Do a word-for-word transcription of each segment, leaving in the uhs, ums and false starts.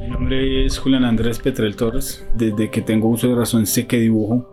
Mi nombre es Julián Andrés Petrel Torres. Desde que tengo uso de razón sé que dibujo.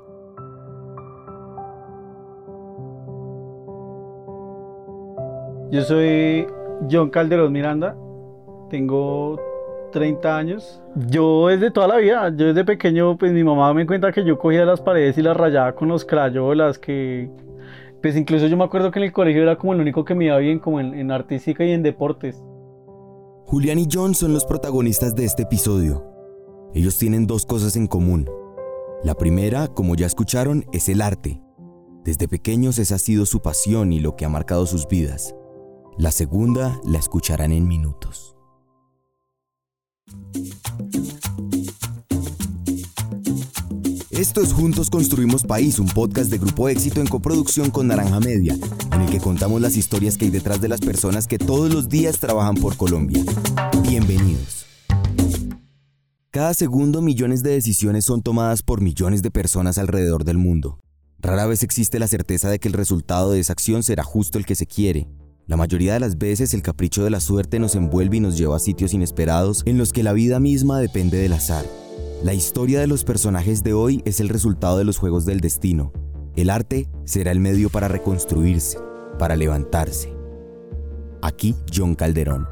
Yo soy John Calderón Miranda, tengo treinta años. Yo desde toda la vida, yo desde pequeño, pues mi mamá me cuenta que yo cogía las paredes y las rayaba con los crayolas, que pues incluso yo me acuerdo que en el colegio era como el único que me iba bien, como en, en artística y en deportes. Julián y John son los protagonistas de este episodio. Ellos tienen dos cosas en común. La primera, como ya escucharon, es el arte. Desde pequeños esa ha sido su pasión y lo que ha marcado sus vidas. La segunda la escucharán en minutos. Esto es Juntos Construimos País, un podcast de Grupo Éxito en coproducción con Naranja Media, en el que contamos las historias que hay detrás de las personas que todos los días trabajan por Colombia. Bienvenidos. Cada segundo millones de decisiones son tomadas por millones de personas alrededor del mundo. Rara vez existe la certeza de que el resultado de esa acción será justo el que se quiere. La mayoría de las veces el capricho de la suerte nos envuelve y nos lleva a sitios inesperados en los que la vida misma depende del azar. La historia de los personajes de hoy es el resultado de los juegos del destino. El arte será el medio para reconstruirse, para levantarse. Aquí John Calderón.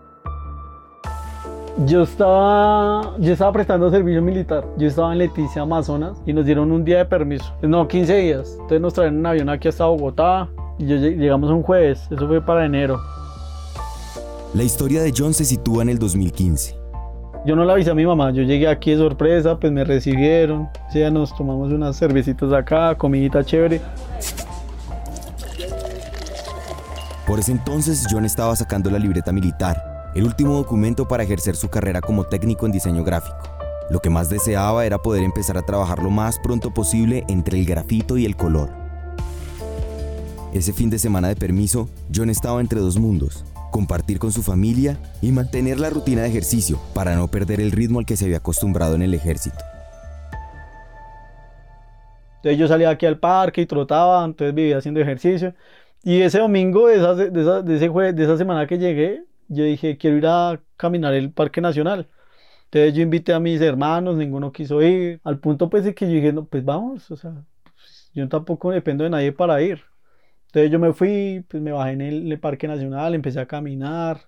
Yo estaba, yo estaba prestando servicio militar, yo estaba en Leticia, Amazonas, y nos dieron un día de permiso, no, quince días, entonces nos trajeron en avión aquí hasta Bogotá, y yo, llegamos un jueves, eso fue para enero. La historia de John se sitúa en el dos mil quince. Yo no le avisé a mi mamá, yo llegué aquí de sorpresa, pues me recibieron, sí, ya nos tomamos unas cervecitas acá, comidita chévere. Por ese entonces John estaba sacando la libreta militar, el último documento para ejercer su carrera como técnico en diseño gráfico. Lo que más deseaba era poder empezar a trabajar lo más pronto posible entre el grafito y el color. Ese fin de semana de permiso, John estaba entre dos mundos: compartir con su familia y mantener la rutina de ejercicio para no perder el ritmo al que se había acostumbrado en el ejército. Entonces yo salía aquí al parque y trotaba, entonces vivía haciendo ejercicio. Y ese domingo, de esa, de esa, de ese jue- de esa semana que llegué, yo dije, quiero ir a caminar el Parque Nacional. Entonces yo invité a mis hermanos, ninguno quiso ir. Al punto pues de que yo dije, no, pues vamos, o sea, pues, yo tampoco dependo de nadie para ir. Entonces yo me fui, pues me bajé en el, en el Parque Nacional, empecé a caminar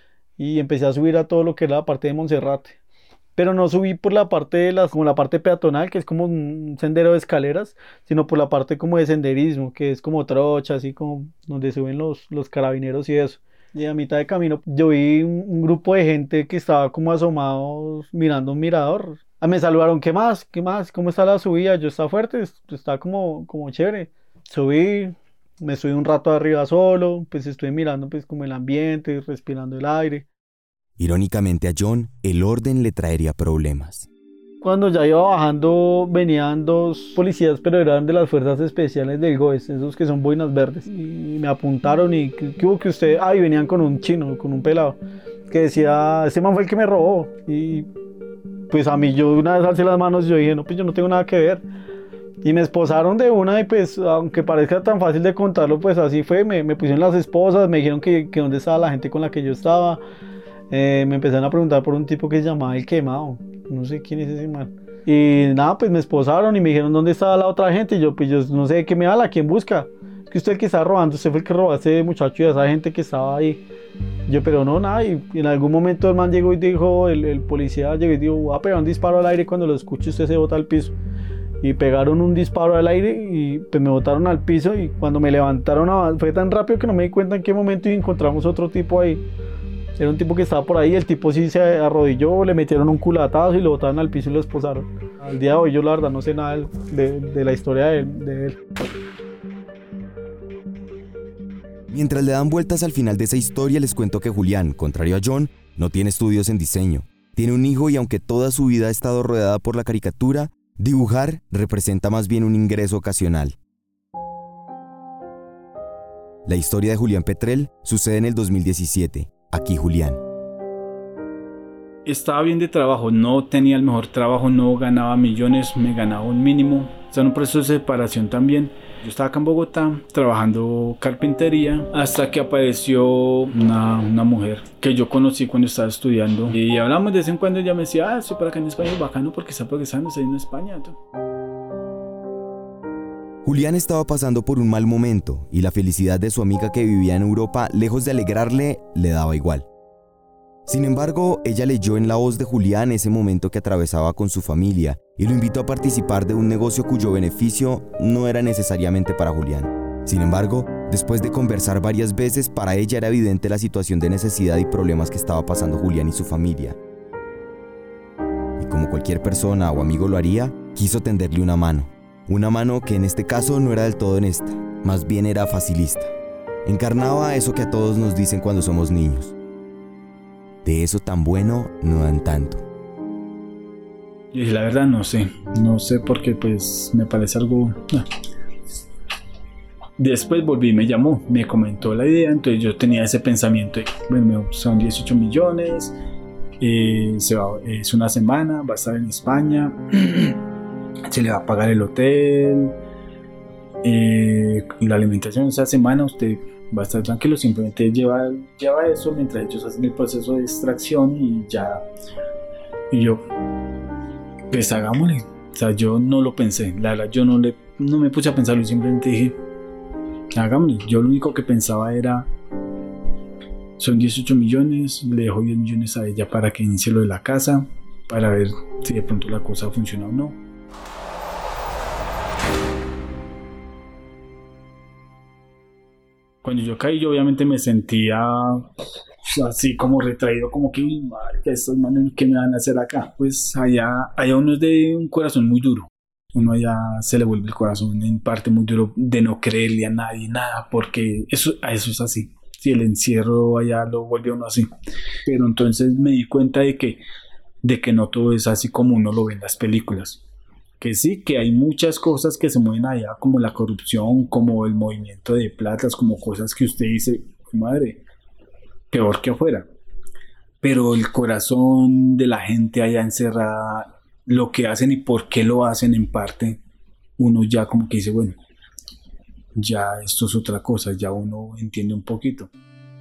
y empecé a subir a todo lo que era la parte de Monserrate. Pero no subí por la parte de las, como la parte peatonal, que es como un sendero de escaleras, sino por la parte como de senderismo, que es como trocha, así como donde suben los, los carabineros y eso. Y a mitad de camino yo vi un, un grupo de gente que estaba como asomados mirando un mirador. Ah, me saludaron, ¿qué más? ¿Qué más? ¿Cómo está la subida? Yo estaba fuerte, estaba como, como chévere. Subí, me subí un rato arriba solo, pues estuve mirando pues como el ambiente, respirando el aire. Irónicamente a John, el orden le traería problemas. Cuando ya iba bajando venían dos policías, pero eran de las fuerzas especiales del GOES, esos que son boinas verdes. Y me apuntaron y ¿qué, qué hubo que usted? Ah, y venían con un chino, con un pelado, que decía, este man fue el que me robó. Y pues a mí yo una vez alcé las manos y yo dije, no, pues yo no tengo nada que ver. Y me esposaron de una y pues aunque parezca tan fácil de contarlo, pues así fue, me, me pusieron las esposas, me dijeron que, que dónde estaba la gente con la que yo estaba. Eh, me empezaron a preguntar por un tipo que se llamaba El Quemado, no sé quién es ese man. Y nada, pues me esposaron y me dijeron dónde estaba la otra gente. Y yo, pues yo no sé qué me habla, quién busca. Es que usted el que está robando, usted fue el que robó a ese muchacho y a esa gente que estaba ahí. Yo, pero no, nada. Y en algún momento el man llegó y dijo, el, el policía llegó y dijo, voy a pegar un disparo al aire, cuando lo escuche usted se bota al piso. Y pegaron un disparo al aire y pues me botaron al piso. Y cuando me levantaron fue tan rápido que no me di cuenta en qué momento y encontramos otro tipo ahí. Era un tipo que estaba por ahí, el tipo sí se arrodilló, le metieron un culatazo y lo botaron al piso y lo esposaron. Al día de hoy yo la verdad no sé nada de, de la historia de, de él. Mientras le dan vueltas al final de esa historia, les cuento que Julián, contrario a John, no tiene estudios en diseño. Tiene un hijo y aunque toda su vida ha estado rodeada por la caricatura, dibujar representa más bien un ingreso ocasional. La historia de Julián Petrel sucede en el dos mil diecisiete. Aquí Julián. Estaba bien de trabajo, no tenía el mejor trabajo, no ganaba millones, me ganaba un mínimo. Está en un proceso de separación también. Yo estaba acá en Bogotá trabajando carpintería hasta que apareció una, una mujer que yo conocí cuando estaba estudiando y hablamos de vez en cuando. Ella me decía, ah, estoy por acá en España, es bacano porque está progresando, está en España. Julián estaba pasando por un mal momento y la felicidad de su amiga que vivía en Europa, lejos de alegrarle, le daba igual. Sin embargo, ella leyó en la voz de Julián ese momento que atravesaba con su familia y lo invitó a participar de un negocio cuyo beneficio no era necesariamente para Julián. Sin embargo, después de conversar varias veces, para ella era evidente la situación de necesidad y problemas que estaba pasando Julián y su familia. Y como cualquier persona o amigo lo haría, quiso tenderle una mano. Una mano que en este caso no era del todo honesta, más bien era facilista. Encarnaba eso que a todos nos dicen cuando somos niños. De eso tan bueno no dan tanto. Y la verdad no sé, no sé porque pues me parece algo... No. Después volví, me llamó, me comentó la idea, entonces yo tenía ese pensamiento de, bueno, son dieciocho millones, eh, se va, es una semana, va a estar en España, se le va a pagar el hotel, eh, la alimentación esa semana, usted va a estar tranquilo, simplemente lleva, lleva eso mientras ellos hacen el proceso de extracción y ya. Y yo, pues hagámosle. O sea, yo no lo pensé, la verdad, yo no, le, no me puse a pensarlo, simplemente dije, hagámosle. Yo lo único que pensaba era, son dieciocho millones, le dejo diez millones a ella para que inicie lo de la casa, para ver si de pronto la cosa funciona o no. Cuando yo caí, yo obviamente me sentía así como retraído, como que, madre, que estos manes, ¿qué me van a hacer acá? Pues allá, allá uno es de un corazón muy duro. Uno allá se le vuelve el corazón en parte muy duro de no creerle a nadie, nada, porque eso, eso es así. Si el encierro allá lo vuelve a uno así. Pero entonces me di cuenta de que, de que no todo es así como uno lo ve en las películas. Que sí, que hay muchas cosas que se mueven allá, como la corrupción, como el movimiento de platas, como cosas que usted dice, madre, peor que afuera. Pero el corazón de la gente allá encerrada, lo que hacen y por qué lo hacen en parte, uno ya como que dice, bueno, ya esto es otra cosa, ya uno entiende un poquito.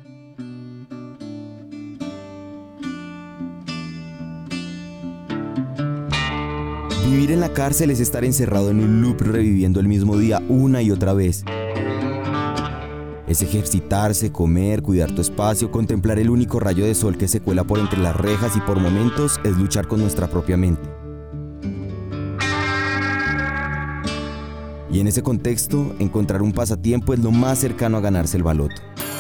Vivir en la cárcel es estar encerrado en un loop reviviendo el mismo día una y otra vez. Es ejercitarse, comer, cuidar tu espacio, contemplar el único rayo de sol que se cuela por entre las rejas y por momentos es luchar con nuestra propia mente. Y en ese contexto, encontrar un pasatiempo es lo más cercano a ganarse el baloto.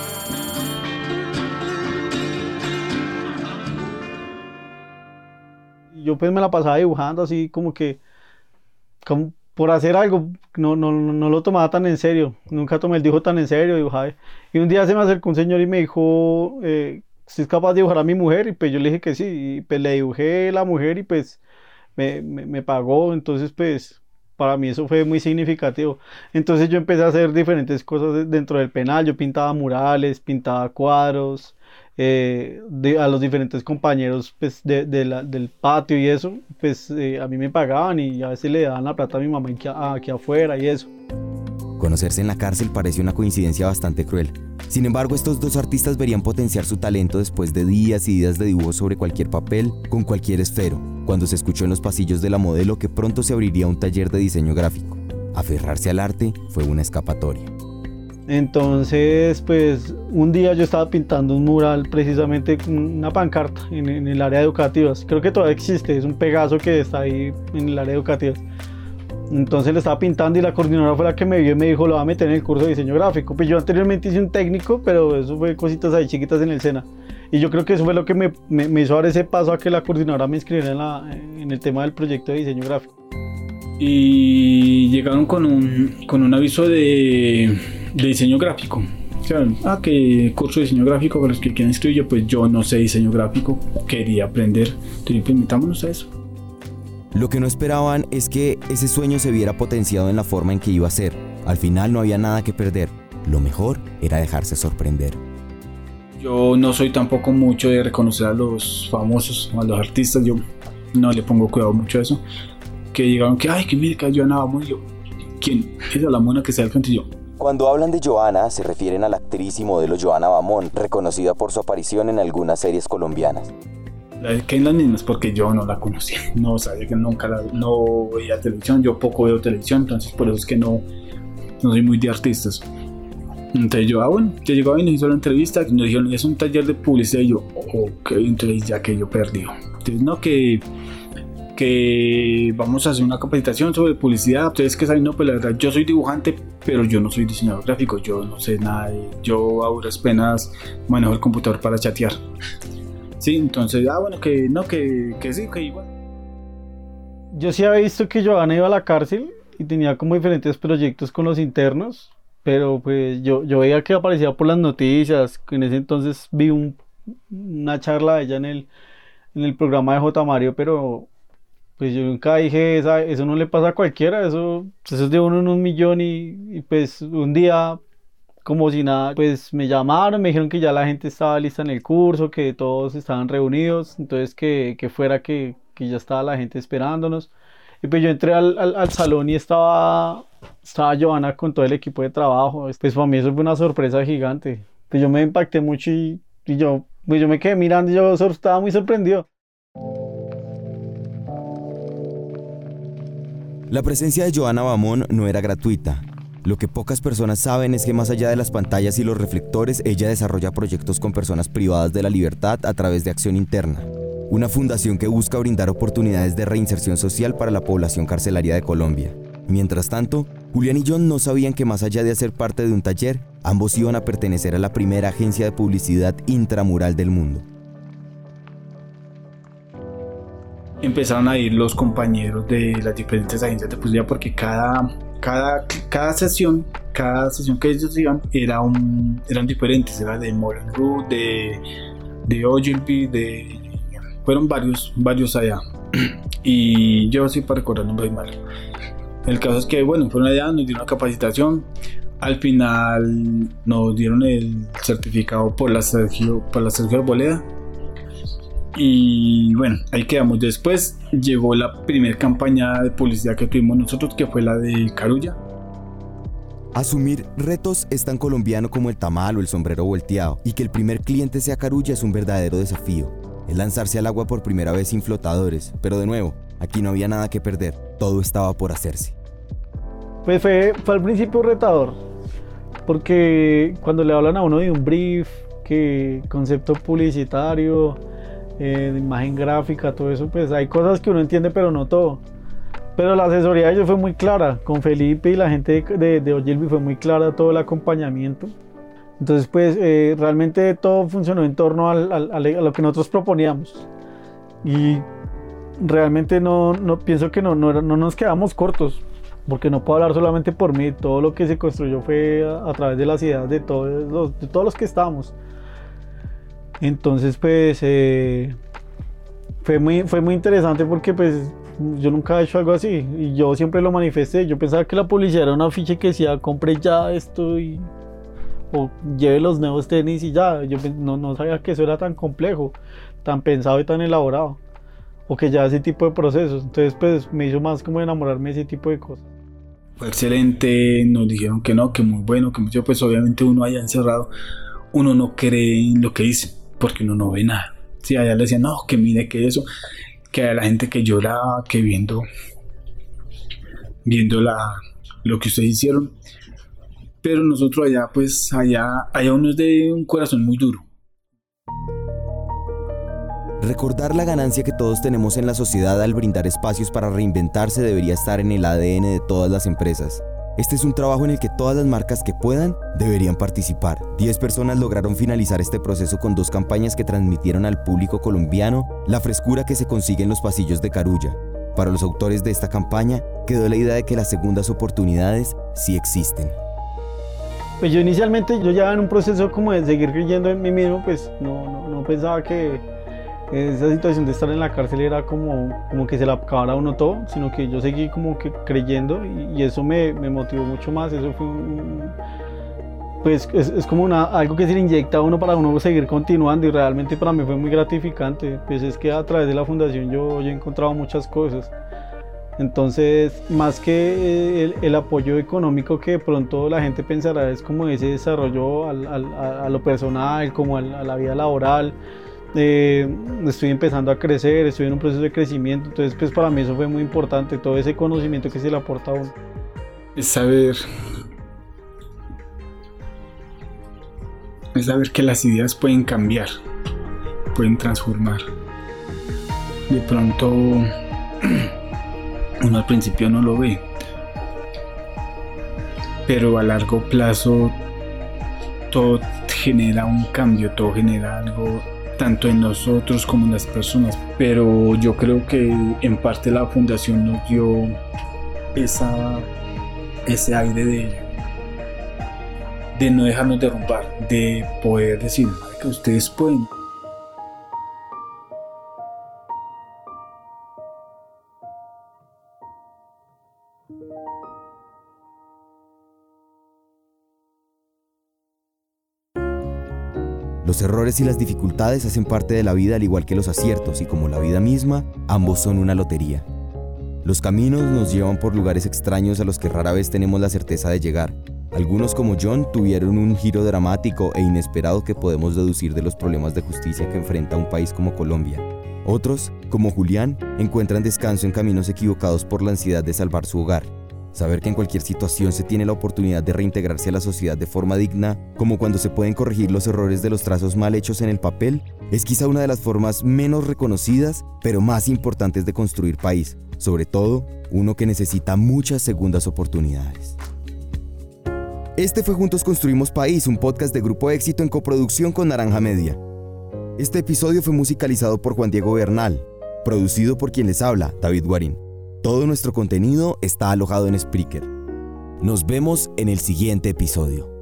Yo pues me la pasaba dibujando así como que como por hacer algo, no, no, no lo tomaba tan en serio, nunca tomé el dibujo tan en serio, dibujaba. Y un día se me acercó un señor y me dijo, eh, ¿usted es capaz de dibujar a mi mujer? Y pues yo le dije que sí, y pues le dibujé a la mujer y pues me, me, me pagó, entonces pues para mí eso fue muy significativo. Entonces yo empecé a hacer diferentes cosas dentro del penal, yo pintaba murales, pintaba cuadros, Eh, de, a los diferentes compañeros pues, de, de la, del patio y eso, pues eh, a mí me pagaban y a veces le daban la plata a mi mamá aquí, a, aquí afuera y eso. Conocerse en la cárcel parece una coincidencia bastante cruel. Sin embargo, estos dos artistas verían potenciar su talento después de días y días de dibujo sobre cualquier papel, con cualquier esfero, cuando se escuchó en los pasillos de la modelo que pronto se abriría un taller de diseño gráfico. Aferrarse al arte fue una escapatoria. Entonces, pues un día yo estaba pintando un mural, precisamente una pancarta en, en el área educativa. Creo que todavía existe, es un Pegaso que está ahí en el área educativa. Entonces le estaba pintando y la coordinadora fue la que me vio y me dijo, lo va a meter en el curso de diseño gráfico. Pues yo anteriormente hice un técnico, pero eso fue cositas ahí chiquitas en el SENA. Y yo creo que eso fue lo que me, me, me hizo dar ese paso a que la coordinadora me inscribiera en, la, en el tema del proyecto de diseño gráfico. Y llegaron con un, con un aviso de, de diseño gráfico. O sea, ah, que curso de diseño gráfico para los que quieran inscribir. Pues yo no sé diseño gráfico, quería aprender. Entonces, pues, metámonos a eso. Lo que no esperaban es que ese sueño se viera potenciado en la forma en que iba a ser. Al final no había nada que perder. Lo mejor era dejarse sorprender. Yo no soy tampoco mucho de reconocer a los famosos o a los artistas. Yo no le pongo cuidado mucho a eso. que llegaron que, ay, que mire que Johanna Bamón, y yo, ¿quién? Esa es la mona que está al frente y yo. Cuando hablan de Johanna, se refieren a la actriz y modelo Johanna Bamón, reconocida por su aparición en algunas series colombianas. Que en las mismas, porque yo no la conocía, no sabía que nunca la, no veía televisión, yo poco veo televisión, entonces por eso es que no, no soy muy de artistas. Entonces yo, ah bueno, ya llegaba y nos hizo la entrevista, nos dijeron, es un taller de publicidad, y yo, ok, entonces ya que yo perdí. Entonces no, que, que vamos a hacer una capacitación sobre publicidad, ustedes que saben, no, pues la verdad, yo soy dibujante, pero yo no soy diseñador gráfico, yo no sé nada, de, yo a duras penas manejo el computador para chatear. Sí, entonces, ah, bueno, que no, que, que sí, que igual. Yo sí había visto que Johanna iba a la cárcel y tenía como diferentes proyectos con los internos, pero pues yo, yo veía que aparecía por las noticias. En ese entonces vi un, una charla de ella en el, en el programa de J. Mario, pero pues yo nunca dije, esa, eso no le pasa a cualquiera, eso, eso es de uno en un millón y, y pues un día... como si nada, pues me llamaron, me dijeron que ya la gente estaba lista en el curso, que todos estaban reunidos, entonces que, que fuera que, que ya estaba la gente esperándonos. Y pues yo entré al, al, al salón y estaba, estaba Johanna con todo el equipo de trabajo. Pues para mí eso fue una sorpresa gigante. Pues yo me impacté mucho y, y yo, pues yo me quedé mirando y yo estaba muy sorprendido. La presencia de Johanna Bamón no era gratuita. Lo que pocas personas saben es que más allá de las pantallas y los reflectores, ella desarrolla proyectos con personas privadas de la libertad a través de Acción Interna, una fundación que busca brindar oportunidades de reinserción social para la población carcelaria de Colombia. Mientras tanto, Julián y John no sabían que más allá de hacer parte de un taller, ambos iban a pertenecer a la primera agencia de publicidad intramural del mundo. Empezaron a ir los compañeros de las diferentes agencias de publicidad porque cada... Cada, cada sesión, cada sesión que ellos iban era un, eran diferentes, era de Moulin Rouge, de, de Ogilvy, de, fueron varios, varios allá. Y yo sí para recordar no me voy mal. El caso es que bueno, fueron allá, nos dieron una capacitación, al final nos dieron el certificado por la Sergio, por la Sergio Arboleda. Y bueno, ahí quedamos. Después llegó la primera campaña de publicidad que tuvimos nosotros, que fue la de Carulla. Asumir retos es tan colombiano como el tamal o el sombrero volteado, y que el primer cliente sea Carulla es un verdadero desafío. Es lanzarse al agua por primera vez sin flotadores, pero de nuevo, aquí no había nada que perder, todo estaba por hacerse. Pues fue, fue al principio retador, porque cuando le hablan a uno de un brief, que concepto publicitario, Eh, de imagen gráfica, todo eso, pues hay cosas que uno entiende pero no todo, pero la asesoría de ellos fue muy clara, con Felipe y la gente de, de, de Ogilvy fue muy clara todo el acompañamiento, entonces pues eh, realmente todo funcionó en torno al, al, a lo que nosotros proponíamos y realmente no, no pienso que no, no, no nos quedamos cortos, porque no puedo hablar solamente por mí, todo lo que se construyó fue a, a través de las ideas de todos los, de todos los que estábamos. Entonces pues eh, fue, muy, fue muy interesante porque pues yo nunca he hecho algo así y yo siempre lo manifesté. Yo pensaba que la publicidad era un afiche que decía compre ya esto y, o lleve los nuevos tenis y ya. Yo no, no sabía que eso era tan complejo, tan pensado y tan elaborado, o que ya ese tipo de procesos. Entonces pues me hizo más como enamorarme de ese tipo de cosas. Fue excelente, nos dijeron que no, que muy bueno, que mucho, pues obviamente uno allá encerrado, uno no cree en lo que dice, porque uno no ve nada. Sí, allá le decían, no, que mire que eso, que a la gente que lloraba, que viendo, viendo la, lo que ustedes hicieron. Pero nosotros allá, pues allá, allá uno es de un corazón muy duro. Recordar la ganancia que todos tenemos en la sociedad al brindar espacios para reinventarse debería estar en el A D N de todas las empresas. Este es un trabajo en el que todas las marcas que puedan deberían participar. Diez personas lograron finalizar este proceso con dos campañas que transmitieron al público colombiano la frescura que se consigue en los pasillos de Carulla. Para los autores de esta campaña quedó la idea de que las segundas oportunidades sí existen. Pues yo inicialmente, yo ya en un proceso como de seguir creyendo en mí mismo, pues no, no, no pensaba que esa situación de estar en la cárcel era como, como que se le acabara a uno todo, sino que yo seguí como que creyendo y, y eso me, me motivó mucho más. Eso fue un, pues es, es como una, algo que se le inyecta a uno para uno seguir continuando y realmente para mí fue muy gratificante. Pues es que a través de la fundación yo, yo he encontrado muchas cosas Entonces, más que el, el apoyo económico que de pronto la gente pensará, es como ese desarrollo al, al, a lo personal, como al, a la vida laboral. Eh, estoy empezando a crecer, estoy en un proceso de crecimiento, entonces pues para mí eso fue muy importante, todo ese conocimiento que se le aporta a uno. Es saber, es saber que las ideas pueden cambiar, pueden transformar. De pronto uno al principio no lo ve, pero a largo plazo todo genera un cambio, todo genera algo tanto en nosotros como en las personas. Pero yo creo que en parte la fundación nos dio esa, ese aire de, de no dejarnos derrumbar, de poder decir que ustedes pueden. Los errores y las dificultades hacen parte de la vida al igual que los aciertos, y como la vida misma, ambos son una lotería. Los caminos nos llevan por lugares extraños a los que rara vez tenemos la certeza de llegar. Algunos, como John, tuvieron un giro dramático e inesperado que podemos deducir de los problemas de justicia que enfrenta un país como Colombia. Otros, como Julián, encuentran descanso en caminos equivocados por la ansiedad de salvar su hogar. Saber que en cualquier situación se tiene la oportunidad de reintegrarse a la sociedad de forma digna, como cuando se pueden corregir los errores de los trazos mal hechos en el papel, es quizá una de las formas menos reconocidas, pero más importantes de construir país, sobre todo uno que necesita muchas segundas oportunidades. Este fue Juntos Construimos País, un podcast de Grupo Éxito en coproducción con Naranja Media. Este episodio fue musicalizado por Juan Diego Bernal, producido por quien les habla, David Guarín. Todo nuestro contenido está alojado en Spreaker. Nos vemos en el siguiente episodio.